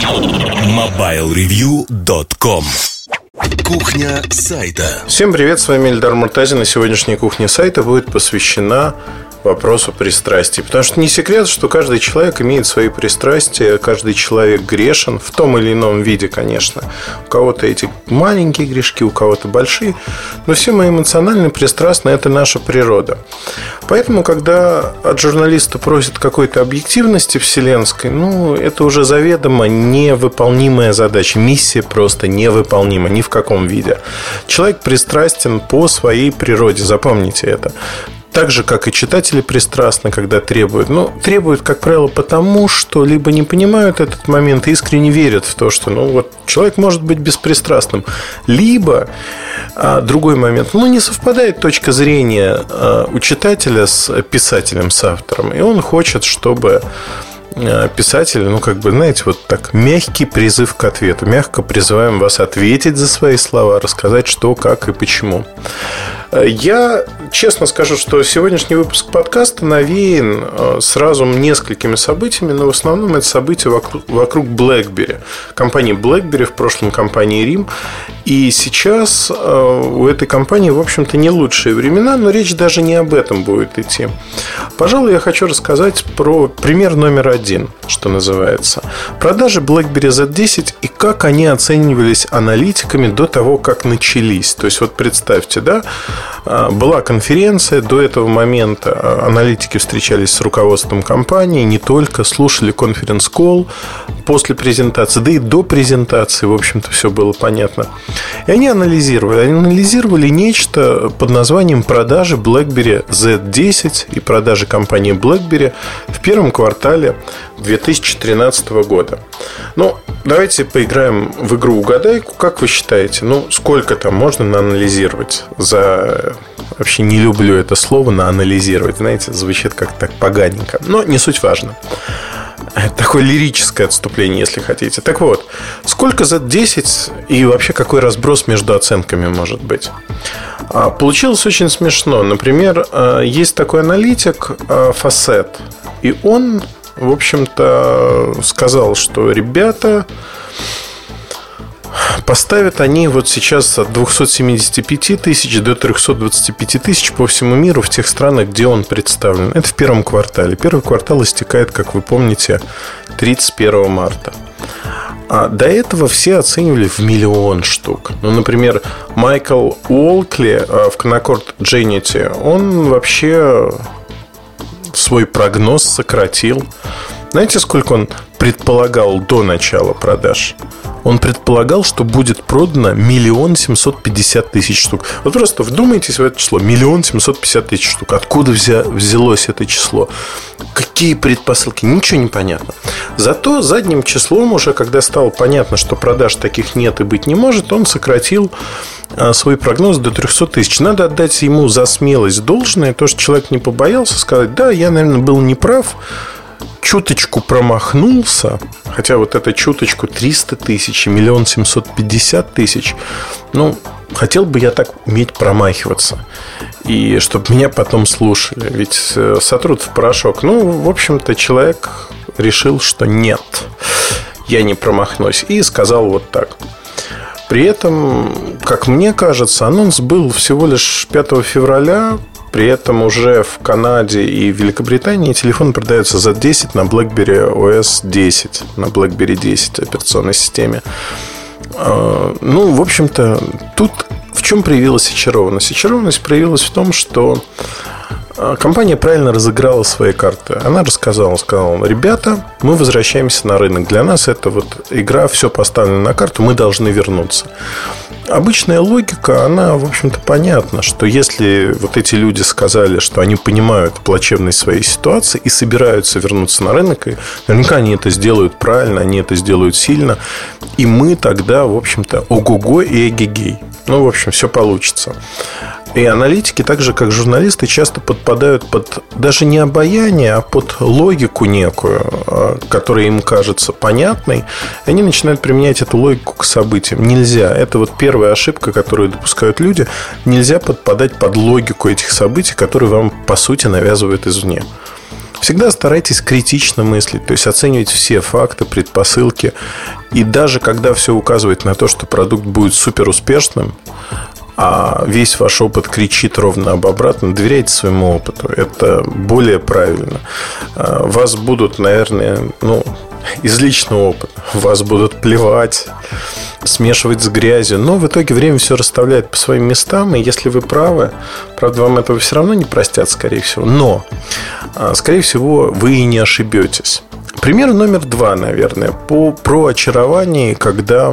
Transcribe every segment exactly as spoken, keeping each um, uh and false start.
мобайл ревью точка ком. Кухня сайта. Всем привет, с вами Эльдар Муртазин. И сегодняшняя кухня сайта будет посвящена вопросу пристрастий. Потому что не секрет, что каждый человек имеет свои пристрастия. Каждый человек грешен в том или ином виде, конечно. У кого-то эти маленькие грешки, у кого-то большие. Но все мы эмоционально пристрастны. Это наша природа. Поэтому, когда от журналиста просят какой-то объективности вселенской, ну, это уже заведомо невыполнимая задача. Миссия просто невыполнима ни в каком виде. Человек пристрастен по своей природе. Запомните это. Так же, как и читатели пристрастны, когда требуют. Ну, требуют, как правило, потому, что либо не понимают этот момент и искренне верят в то, что, ну, вот человек может быть беспристрастным. Либо, а, другой момент, ну, не совпадает точка зрения а, у читателя с писателем, с автором. И он хочет, чтобы писатель, ну, как бы, знаете, вот так, мягкий призыв к ответу. Мягко призываем вас ответить за свои слова, рассказать, что, как и почему. Я честно скажу, что сегодняшний выпуск подкаста навеян сразу несколькими событиями, но в основном это события вокруг, вокруг BlackBerry. Компании BlackBerry, в прошлом компании Рим. И сейчас у этой компании, в общем-то, не лучшие времена, но речь даже не об этом будет идти. Пожалуй, я хочу рассказать про пример номер один, что называется. Продажи BlackBerry зет десять и как они оценивались аналитиками до того, как начались. То есть, вот представьте, да, была конференция, до этого момента аналитики встречались с руководством компании, не только, слушали конференц-колл после презентации, да и до презентации, в общем-то, все было понятно. И они анализировали, они анализировали нечто под названием продажи BlackBerry зет десять и продажи компании BlackBerry в первом квартале две тысячи тринадцатого года. Ну, давайте поиграем в игру угадайку. Как вы считаете, ну, сколько там можно наанализировать за... Вообще не люблю это слово «наанализировать». Знаете, звучит как-то так поганенько. Но не суть важно. Такое лирическое отступление, если хотите. Так вот, сколько зет десять и вообще какой разброс между оценками может быть? Получилось очень смешно. Например, есть такой аналитик Facet, и он, в общем-то, сказал, что ребята... Поставят они вот сейчас от двухсот семидесяти пяти тысяч до трехсот двадцати пяти тысяч по всему миру в тех странах, где он представлен. Это в первом квартале. Первый квартал истекает, как вы помните, тридцать первого марта. А до этого все оценивали в миллион штук. Ну, например, Майкл Уолкли в Concord Genity, он вообще свой прогноз сократил. Знаете, сколько он предполагал до начала продаж? Он предполагал, что будет продано миллион семьсот пятьдесят тысяч штук. Вот просто вдумайтесь в это число. Миллион семьсот пятьдесят тысяч штук. Откуда взялось это число? Какие предпосылки? Ничего не понятно. Зато задним числом уже, когда стало понятно, что продаж таких нет и быть не может, он сократил свой прогноз до трехсот тысяч. Надо отдать ему за смелость должное. То, что человек не побоялся сказать: да, я, наверное, был неправ, чуточку промахнулся. Хотя вот это чуточку триста тысяч, миллион семьсот пятьдесят тысяч. Ну, хотел бы я так уметь промахиваться. И чтобы меня потом слушали. Ведь сотрут в порошок. Ну, в общем-то, человек решил, что нет, я не промахнусь. И сказал вот так. При этом, как мне кажется, анонс был всего лишь пятого февраля. При этом уже в Канаде и Великобритании телефон продается зет десять на BlackBerry о эс десять, на BlackBerry десять операционной системе. Ну, в общем-то, тут в чем проявилась очарованность? Очарованность проявилась в том, что компания правильно разыграла свои карты. Она рассказала, сказала: ребята, мы возвращаемся на рынок. Для нас это вот игра, все поставлено на карту, мы должны вернуться. Обычная логика, она, в общем-то, понятна, что если вот эти люди сказали, что они понимают плачевность своей ситуации и собираются вернуться на рынок, и наверняка они это сделают правильно, они это сделают сильно, и мы тогда, в общем-то, ого-го и эгегей. Ну, в общем, все получится. И аналитики, так же как журналисты, часто подпадают под даже не обаяние, а под логику некую, которая им кажется понятной. И они начинают применять эту логику к событиям. Нельзя. Это вот первая ошибка, которую допускают люди. Нельзя подпадать под логику этих событий, которые вам, по сути, навязывают извне. Всегда старайтесь критично мыслить, то есть оценивать все факты, предпосылки И даже когда все указывает на то, что продукт будет супер успешным, а весь ваш опыт кричит ровно об обратном, доверяйте своему опыту. Это более правильно. Вас будут, наверное, ну, из личного опыта, вас будут плевать, смешивать с грязью, но в итоге время все расставляет по своим местам. И если вы правы, правда, вам этого все равно не простят, скорее всего. Но, скорее всего, вы и не ошибетесь. Пример номер два, наверное, по, про очарование, когда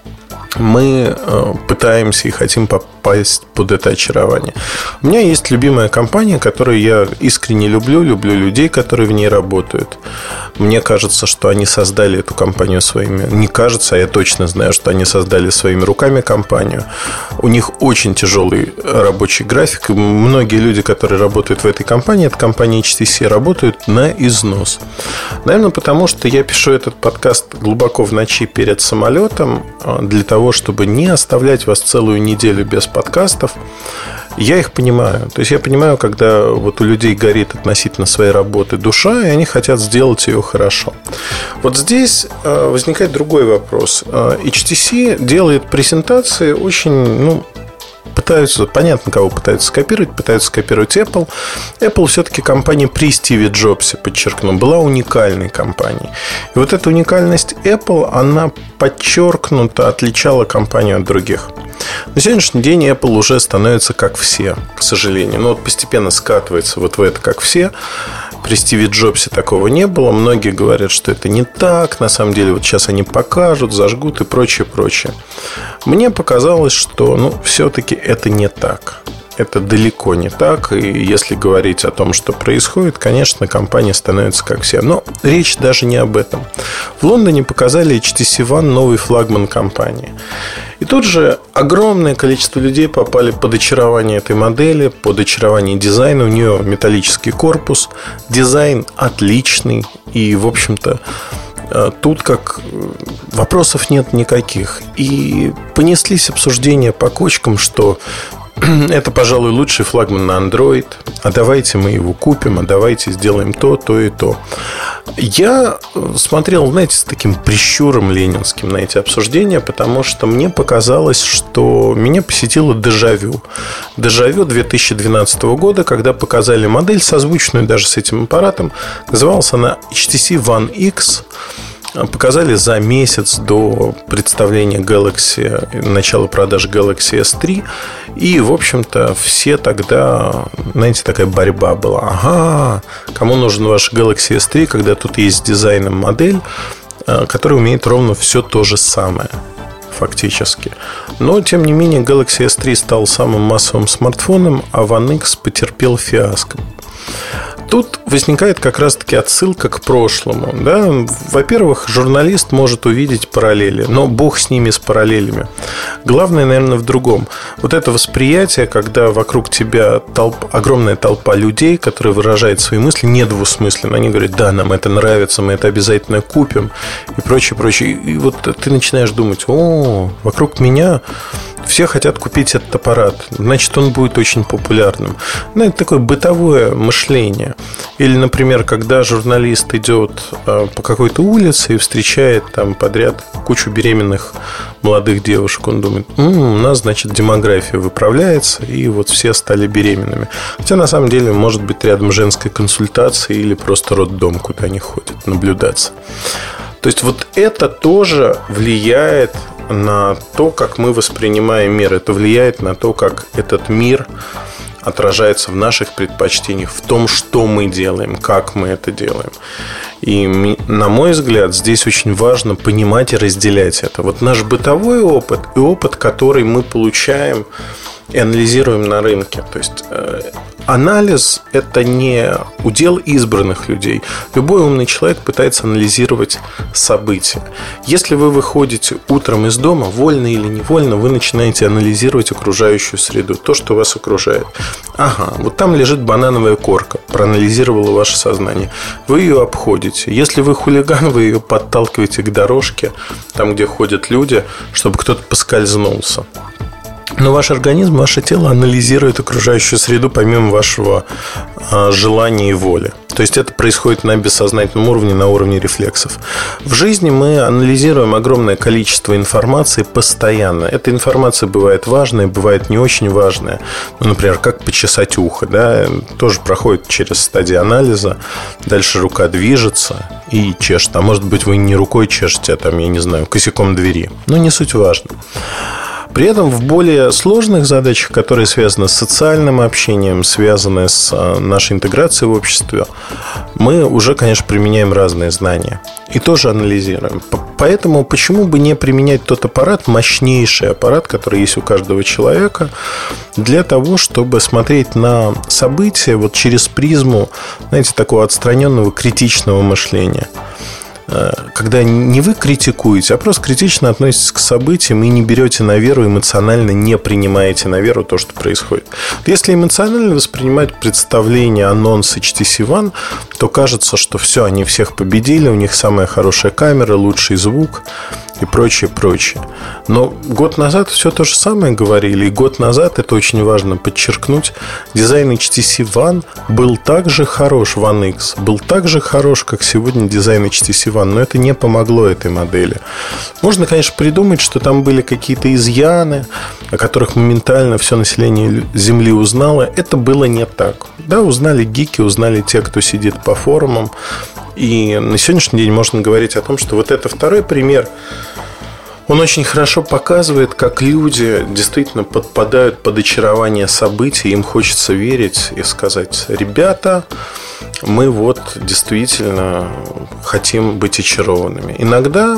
мы э, пытаемся и хотим попасть под это очарование. У меня есть любимая компания, которую я искренне люблю. Люблю людей, которые в ней работают. Мне кажется, что они создали эту компанию своими... Не кажется, а я точно знаю, что они создали своими руками компанию. У них очень тяжелый рабочий график. И многие люди, которые работают в этой компании, от компании эйч ти си, работают на износ. Наверное, потому что я пишу этот подкаст глубоко в ночи перед самолетом, для того, чтобы не оставлять вас целую неделю без подкастов. Я их понимаю. То есть я понимаю, когда вот у людей горит относительно своей работы душа, и они хотят сделать ее хорошо. Вот здесь возникает другой вопрос. эйч ти си делает презентации очень, ну, пытаются, понятно, кого пытаются скопировать, пытаются скопировать Apple. Apple все-таки компания при Стиве Джобсе, подчеркну, была уникальной компанией. И вот эта уникальность Apple, она подчеркнуто отличала компанию от других. На сегодняшний день Apple уже становится как все, к сожалению. Но вот постепенно скатывается вот в это как все. При Стиве Джобсе такого не было. Многие говорят, что это не так. На самом деле вот сейчас они покажут, зажгут и прочее, прочее. Мне показалось, что ну, все-таки это не так. Это далеко не так. И если говорить о том, что происходит, конечно, компания становится как все. Но речь даже не об этом. В Лондоне показали эйч ти си One, новый флагман компании. И тут же огромное количество людей попали под очарование этой модели, под очарование дизайна. У нее металлический корпус, дизайн отличный. И, в общем-то, тут как вопросов нет никаких. И понеслись обсуждения по кочкам, что это, пожалуй, лучший флагман на Android. А давайте мы его купим, а давайте сделаем то, то и то. Я смотрел, знаете, с таким прищуром ленинским на эти обсуждения, потому что мне показалось, что меня посетило дежавю. Дежавю две тысячи двенадцатого года, когда показали модель, созвучную даже с этим аппаратом. Называлась она эйч ти си One X. Показали за месяц до представления Galaxy, начала продаж Galaxy эс три. И, в общем-то, все тогда, знаете, такая борьба была. Ага, кому нужен ваш Galaxy эс три, когда тут есть с дизайном модель, которая умеет ровно все то же самое, фактически. Но, тем не менее, Galaxy эс три стал самым массовым смартфоном, а One X потерпел фиаско. Тут возникает как раз-таки отсылка к прошлому, да? Во-первых, журналист может увидеть параллели, но бог с ними, с параллелями. Главное, наверное, в другом. Вот это восприятие, когда вокруг тебя толп, огромная толпа людей, которые выражают свои мысли недвусмысленно. Они говорят, да, нам это нравится, мы это обязательно купим и прочее, прочее. И вот ты начинаешь думать, о, вокруг меня все хотят купить этот аппарат, значит, он будет очень популярным. Ну, это такое бытовое мышление. Или, например, когда журналист идет по какой-то улице и встречает там подряд кучу беременных молодых девушек, он думает, м-м, у нас, значит, демография выправляется, и вот все стали беременными. Хотя, на самом деле, может быть рядом женская консультация или просто роддом, куда они ходят наблюдаться. То есть, вот это тоже влияет на то, как мы воспринимаем мир. Это влияет на то, как этот мир отражается в наших предпочтениях, в том, что мы делаем, как мы это делаем. И, на мой взгляд, здесь очень важно понимать и разделять это. Вот наш бытовой опыт и опыт, который мы получаем и анализируем на рынке. То есть анализ – это не удел избранных людей. Любой умный человек пытается анализировать события. Если вы выходите утром из дома, вольно или невольно, вы начинаете анализировать окружающую среду, то, что вас окружает. Ага, вот там лежит банановая корка, проанализировало ваше сознание. Вы ее обходите. Если вы хулиган, вы ее подталкиваете к дорожке, там, где ходят люди, чтобы кто-то поскользнулся. Но ваш организм, ваше тело анализирует окружающую среду помимо вашего а, желания и воли. То есть это происходит на бессознательном уровне, на уровне рефлексов. В жизни мы анализируем огромное количество информации постоянно. Эта информация бывает важная, бывает не очень важная. Ну, например, как почесать ухо, да, тоже проходит через стадии анализа. Дальше рука движется и чешет. А может быть, вы не рукой чешете, а там, я не знаю, косяком двери. Но не суть важно. При этом в более сложных задачах, которые связаны с социальным общением, связаны с нашей интеграцией в обществе, мы уже, конечно, применяем разные знания и тоже анализируем. Поэтому почему бы не применять тот аппарат, мощнейший аппарат, который есть у каждого человека, для того, чтобы смотреть на события вот через призму, знаете, такого отстраненного критичного мышления. Когда не вы критикуете, а просто критично относитесь к событиям и не берете на веру, эмоционально не принимаете на веру то, что происходит. Если эмоционально воспринимать представление, анонс эйч ти си One, то кажется, что все, они всех победили, у них самая хорошая камера, лучший звук и прочее, прочее. Но год назад все то же самое говорили. И год назад, это очень важно подчеркнуть, дизайн эйч ти си One был так же хорош, One X был так же хорош, как сегодня дизайн эйч ти си One. Но это не помогло этой модели. Можно, конечно, придумать, что там были какие-то изъяны, о которых моментально все население Земли узнало. Это было не так. Да, узнали гики, узнали те, кто сидит по форумам. И на сегодняшний день можно говорить о том, что вот это второй пример. Он очень хорошо показывает, как люди действительно подпадают под очарование событий. Им хочется верить и сказать: ребята, мы вот действительно хотим быть очарованными. Иногда,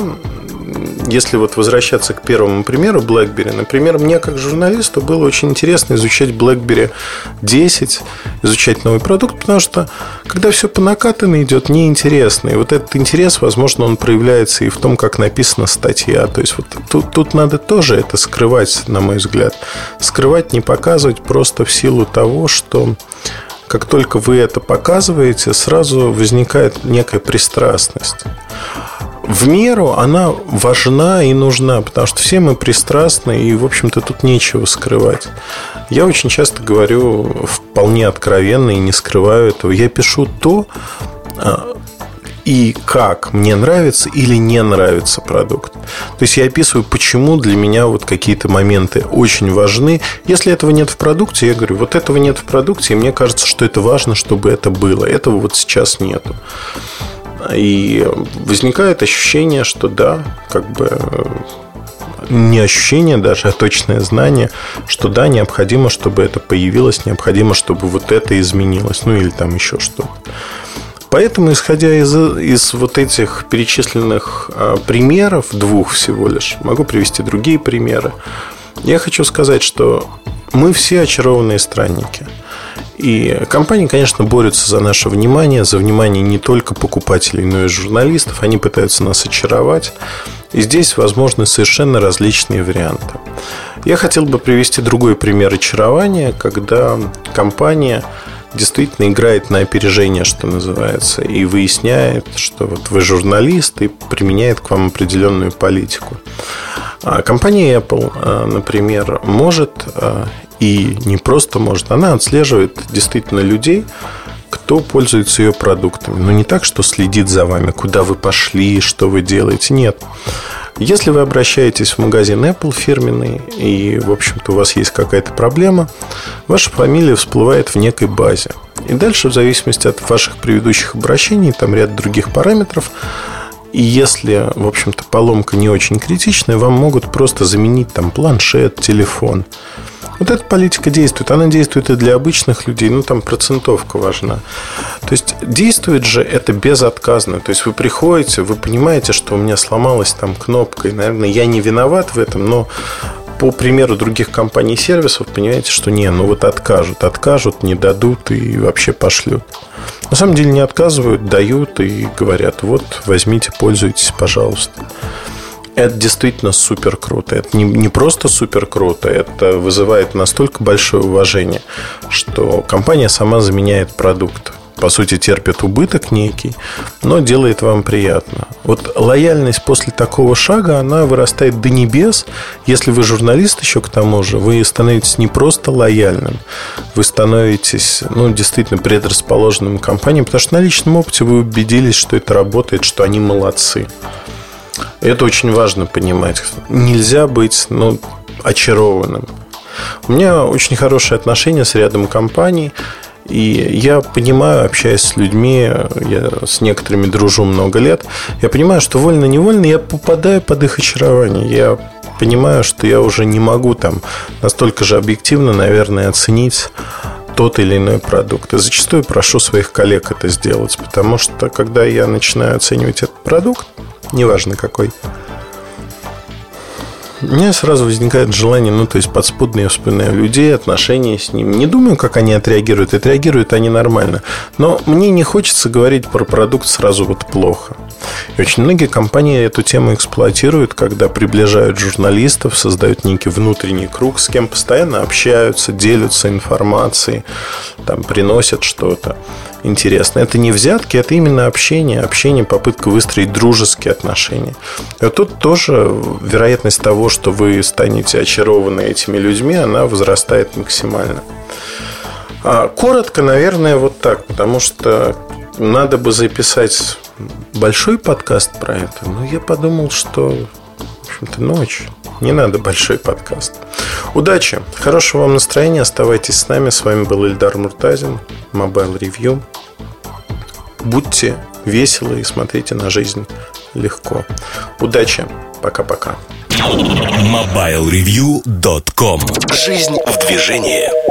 если вот возвращаться к первому примеру BlackBerry, например, мне как журналисту было очень интересно изучать BlackBerry десять, изучать новый продукт, потому что когда все по накатанной идет, неинтересно. И вот этот интерес, возможно, он проявляется и в том, как написана статья. То есть вот тут, тут надо тоже это скрывать, на мой взгляд. Скрывать, не показывать просто в силу того, что как только вы это показываете, сразу возникает некая пристрастность. В меру она важна и нужна, потому что все мы пристрастны, и, в общем-то, тут нечего скрывать. Я очень часто говорю вполне откровенно и не скрываю этого. Я пишу то, и как мне нравится или не нравится продукт. То есть я описываю, почему для меня вот какие-то моменты очень важны. Если этого нет в продукте, я говорю, вот этого нет в продукте, и мне кажется, что это важно, чтобы это было. Этого вот сейчас нету. И возникает ощущение, что да, как бы не ощущение даже, а точное знание, что да, необходимо, чтобы это появилось, необходимо, чтобы вот это изменилось, ну или там еще что-то. Поэтому, исходя из, из вот этих перечисленных а, примеров, двух всего лишь, могу привести другие примеры. Я хочу сказать, что мы все очарованные странники. И компании, конечно, борются за наше внимание, за внимание не только покупателей, но и журналистов. Они пытаются нас очаровать. И здесь возможны совершенно различные варианты. Я хотел бы привести другой пример очарования, когда компания действительно играет на опережение, что называется, и выясняет, что вот вы журналист, и применяет к вам определенную политику. Компания Apple, например, может, и не просто может, она отслеживает действительно людей, кто пользуется ее продуктами. Но не так, что следит за вами, куда вы пошли, что вы делаете. Нет. Если вы обращаетесь в магазин Apple фирменный, и, в общем-то, у вас есть какая-то проблема, ваша фамилия всплывает в некой базе. И дальше, в зависимости от ваших предыдущих обращений, там ряд других параметров, и если, в общем-то, поломка не очень критичная, вам могут просто заменить там планшет, телефон. Вот эта политика действует. Она действует и для обычных людей. Ну, там процентовка важна. То есть действует же это безотказно. То есть вы приходите, вы понимаете, что у меня сломалась там кнопка. И, наверное, я не виноват в этом, но по примеру других компаний и сервисов понимаете, что не, ну вот откажут. Откажут, не дадут и вообще пошлют. На самом деле не отказывают, дают и говорят: вот, возьмите, пользуйтесь, пожалуйста. Это действительно супер круто. Это не, не просто супер круто, это вызывает настолько большое уважение, что компания сама заменяет продукт. по сути, терпит убыток некий, но делает вам приятно. Вот лояльность после такого шага, она вырастает до небес. Если вы журналист еще к тому же, вы становитесь не просто лояльным, вы становитесь, ну, действительно предрасположенным к компании, потому что на личном опыте вы убедились, что это работает, что они молодцы. Это очень важно понимать. Нельзя быть, ну, очарованным. У меня очень хорошие отношения с рядом компаний. И я понимаю, общаясь с людьми, я с некоторыми дружу много лет, я понимаю, что вольно-невольно я попадаю под их очарование. Я понимаю, что я уже не могу там настолько же объективно, наверное, оценить тот или иной продукт. И зачастую прошу своих коллег это сделать, потому что когда я начинаю оценивать этот продукт, неважно какой, у меня сразу возникает желание, ну, то есть подспудно я вспоминаю людей, отношения с ним. Не думаю, как они отреагируют. Отреагируют они нормально. Но мне не хочется говорить про продукт сразу вот плохо. И очень многие компании эту тему эксплуатируют, когда приближают журналистов, создают некий внутренний круг, с кем постоянно общаются, делятся информацией, там, приносят что-то интересное. Это не взятки, это именно общение. Общение, попытка выстроить дружеские отношения. И вот тут тоже вероятность того, что вы станете очарованы этими людьми, она возрастает максимально. А коротко, наверное, вот так. Потому что надо бы записать большой подкаст про это. Но я подумал, что, в общем-то, ночь. Не надо большой подкаст. Удачи, хорошего вам настроения. Оставайтесь с нами. С вами был Ильдар Муртазин, Mobile Review. Будьте веселы и смотрите на жизнь легко. Удачи. Пока-пока. мобайл ревью точка ком. Жизнь в движении.